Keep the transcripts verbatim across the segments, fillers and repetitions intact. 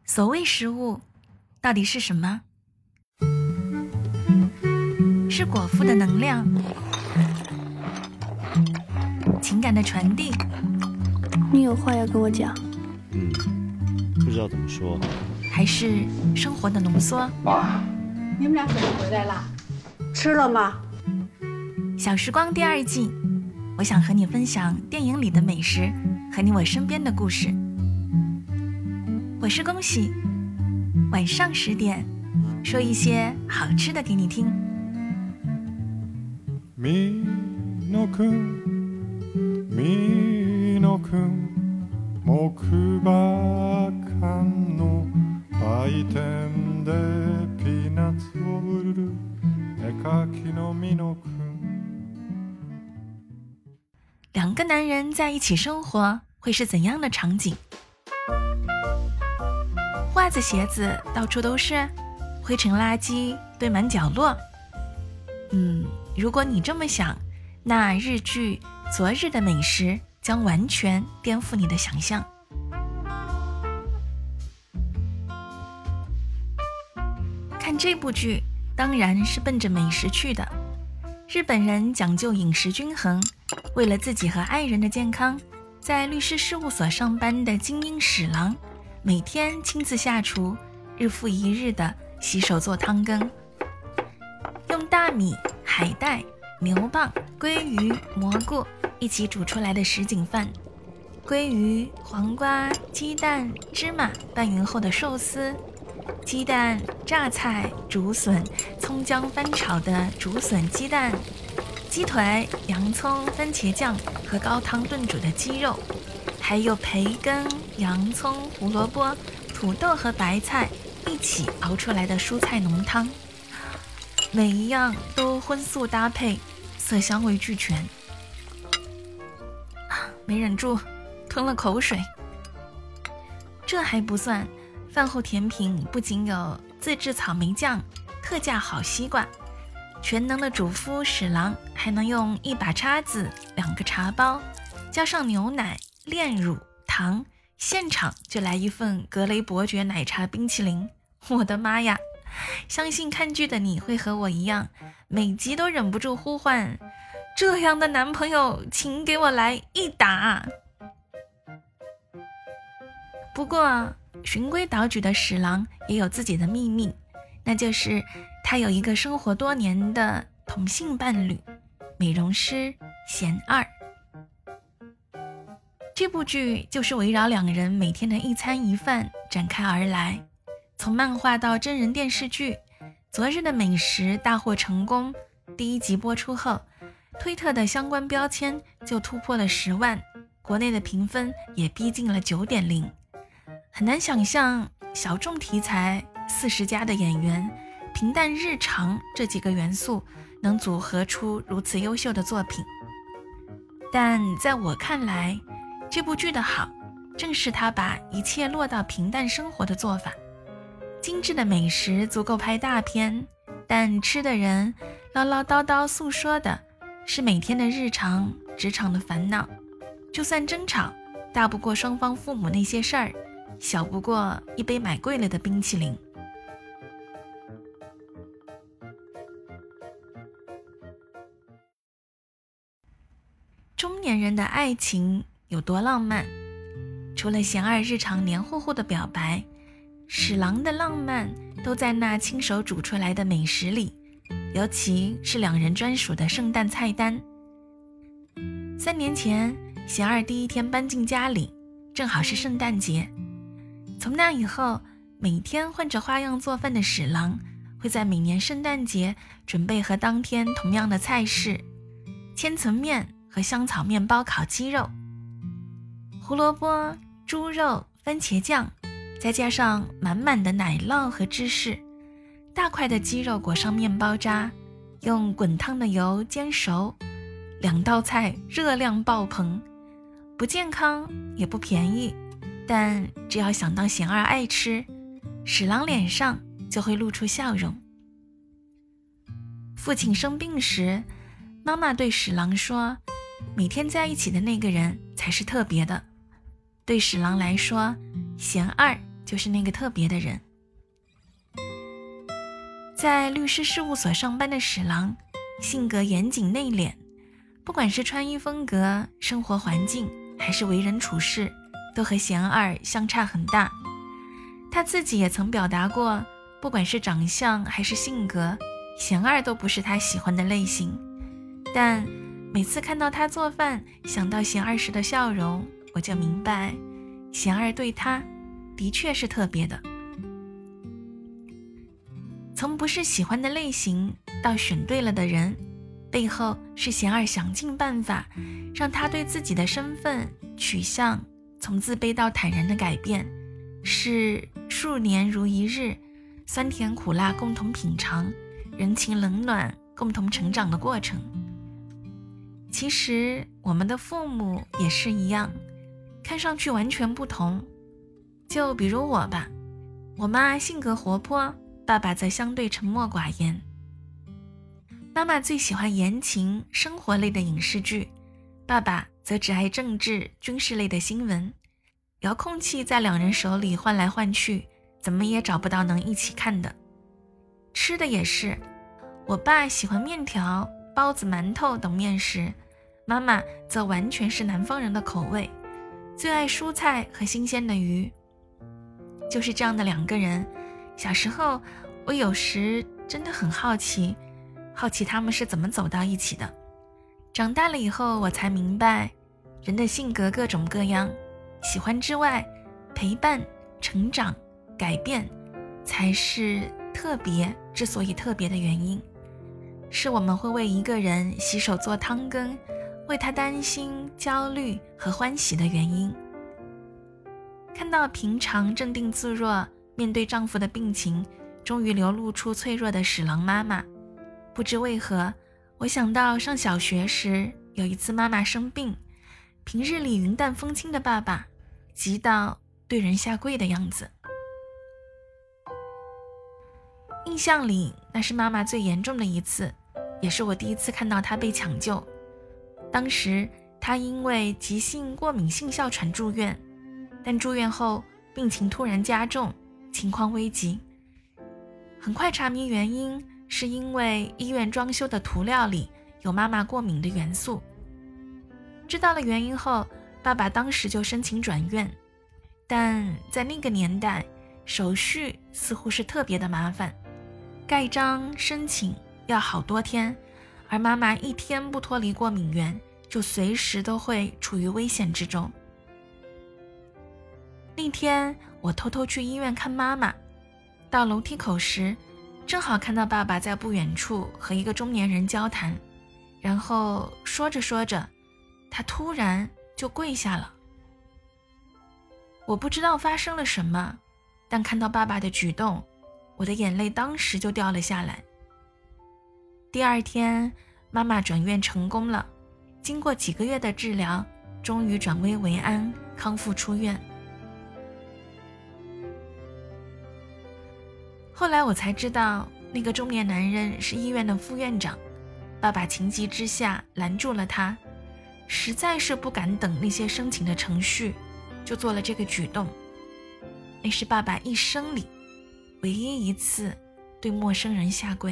所谓食物到底是什么？是果腹的能量，情感的传递。 你有话要跟我讲？ 嗯，不知道怎么说。 还是生活的浓缩？ 爸，你们俩怎么回来了？吃了吗？ 小时光第二季，我想和你分享电影里的美食和你我身边的故事。我是恭喜，晚上十点说一些好吃的给你听。 みのくんみのくん木馬館の売店でピーナッツを売る絵描きのみのくん。 两个男人在一起生活会是怎样的场景？袜子鞋子到处都是，灰尘垃圾堆满角落。嗯，如果你这么想，那日剧《昨日的美食》将完全颠覆你的想象。看这部剧当然是奔着美食去的。日本人讲究饮食均衡，为了自己和爱人的健康，在律师事务所上班的精英史郎每天亲自下厨，日复一日的洗手做汤羹，用大米、海带、牛蒡、鲑鱼、蘑菇一起煮出来的什锦饭，鲑鱼、黄瓜、鸡蛋、芝麻拌匀后的寿司，鸡蛋、榨菜、竹笋、葱姜翻炒的竹笋鸡蛋，鸡腿、洋葱、番茄酱和高汤炖煮的鸡肉，还有培根、洋葱、胡萝卜、土豆和白菜一起熬出来的蔬菜浓汤，每一样都荤素搭配，色香味俱全。没忍住吞了口水。这还不算，饭后甜品不仅有自制草莓酱、特价好西瓜，全能的主夫史郎还能用一把叉子、两个茶包，加上牛奶、炼乳、糖，现场就来一份格雷伯爵奶茶冰淇淋。我的妈呀！相信看剧的你会和我一样，每集都忍不住呼唤，这样的男朋友请给我来一打。不过循规蹈矩的史郎也有自己的秘密，那就是他有一个生活多年的同性伴侣，美容师贤二。这部剧就是围绕两人每天的一餐一饭展开而来，从漫画到真人电视剧，昨日的美食大获成功。第一集播出后，推特的相关标签就突破了十万，国内的评分也逼近了 九点零。 很难想象小众题材、四十加的演员、平淡日常这几个元素能组合出如此优秀的作品。但在我看来，这部剧的好正是他把一切落到平淡生活的做法。精致的美食足够拍大片，但吃的人唠唠叨叨诉说的是每天的日常、职场的烦恼。就算争吵，大不过双方父母那些事儿，小不过一杯买贵了的冰淇淋。中年人的爱情有多浪漫？除了贤二日常黏糊糊的表白，史郎的浪漫都在那亲手煮出来的美食里，尤其是两人专属的圣诞菜单。三年前，贤二第一天搬进家里，正好是圣诞节。从那以后，每天换着花样做饭的史郎会在每年圣诞节准备和当天同样的菜式：千层面和香草面包烤鸡肉，胡萝卜、猪肉、番茄酱，再加上满满的奶酪和芝士，大块的鸡肉裹上面包渣，用滚烫的油煎熟，两道菜热量爆棚，不健康也不便宜，但只要想到贤二爱吃，史郎脸上就会露出笑容。父亲生病时，妈妈对史郎说，每天在一起的那个人才是特别的。对史郎来说，贤二就是那个特别的人。在律师事务所上班的史郎，性格严谨内敛，不管是穿衣风格、生活环境，还是为人处事，都和贤二相差很大。他自己也曾表达过，不管是长相还是性格，贤二都不是他喜欢的类型。但每次看到他做饭，想到贤二时的笑容，我就明白，贤二对他的确是特别的。从不是喜欢的类型到选对了的人，背后是贤二想尽办法让他对自己的身份取向从自卑到坦然的改变，是数年如一日，酸甜苦辣共同品尝，人情冷暖共同成长的过程。其实我们的父母也是一样，看上去完全不同。就比如我吧，我妈性格活泼，爸爸则相对沉默寡言。妈妈最喜欢言情、生活类的影视剧，爸爸则只爱政治、军事类的新闻。遥控器在两人手里换来换去，怎么也找不到能一起看的。吃的也是，我爸喜欢面条、包子、馒头等面食，妈妈则完全是南方人的口味，最爱蔬菜和新鲜的鱼。就是这样的两个人，小时候我有时真的很好奇，好奇他们是怎么走到一起的。长大了以后，我才明白，人的性格各种各样，喜欢之外，陪伴、成长、改变，才是特别之所以特别的原因。是我们会为一个人洗手做汤羹，为他担心、焦虑和欢喜的原因。看到平常镇定自若，面对丈夫的病情终于流露出脆弱的史郎妈妈，不知为何，我想到上小学时有一次妈妈生病，平日里云淡风轻的爸爸急到对人下跪的样子。印象里那是妈妈最严重的一次，也是我第一次看到她被抢救。当时她因为急性过敏性哮喘住院，但住院后病情突然加重，情况危急。很快查明原因，是因为医院装修的涂料里有妈妈过敏的元素。知道了原因后，爸爸当时就申请转院，但在那个年代，手续似乎是特别的麻烦，盖章申请要好多天，而妈妈一天不脱离过敏源，就随时都会处于危险之中。那天我偷偷去医院看妈妈，到楼梯口时，正好看到爸爸在不远处和一个中年人交谈，然后说着说着，他突然就跪下了。我不知道发生了什么，但看到爸爸的举动，我的眼泪当时就掉了下来。第二天，妈妈转院成功了，经过几个月的治疗，终于转危为安，康复出院。后来我才知道，那个中年男人是医院的副院长，爸爸情急之下拦住了他，实在是不敢等那些申请的程序，就做了这个举动。那是爸爸一生里唯一一次对陌生人下跪。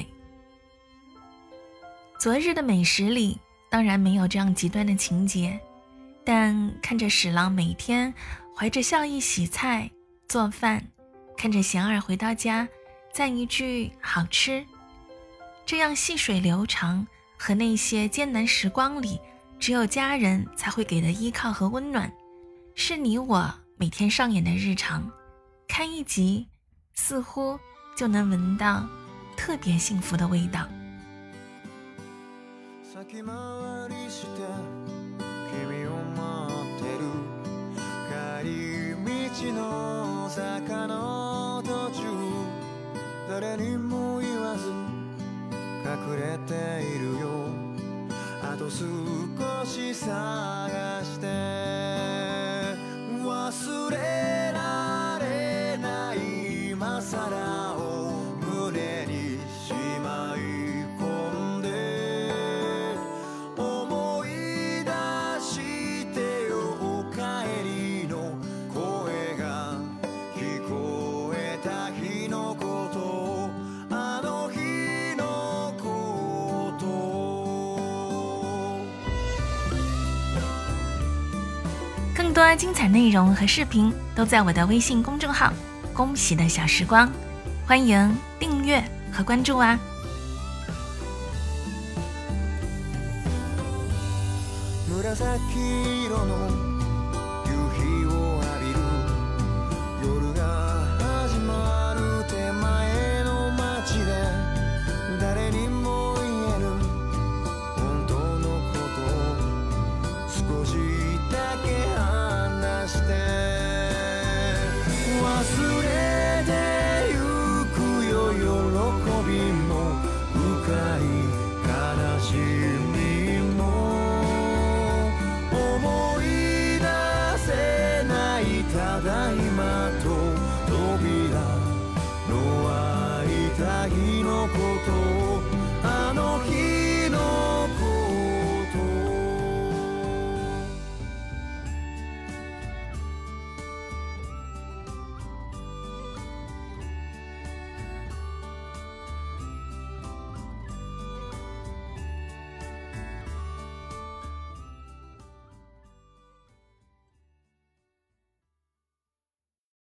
昨日的美食里当然没有这样极端的情节，但看着史郎每天怀着笑意洗菜做饭，看着贤儿回到家赞一句好吃，这样细水流长和那些艰难时光里只有家人才会给的依靠和温暖，是你我每天上演的日常。看一集似乎就能闻到特別幸福的味道。 先回りして君を待ってる帰り道の坂の途中誰にも言わず隠れているよあと少し探して忘れられない今さらを胸にしまい込んで思い出してよお帰りの声が聞こ多精彩内容和视频都在我的微信公众号恭喜的小时光，欢迎订阅和关注啊。 紫色の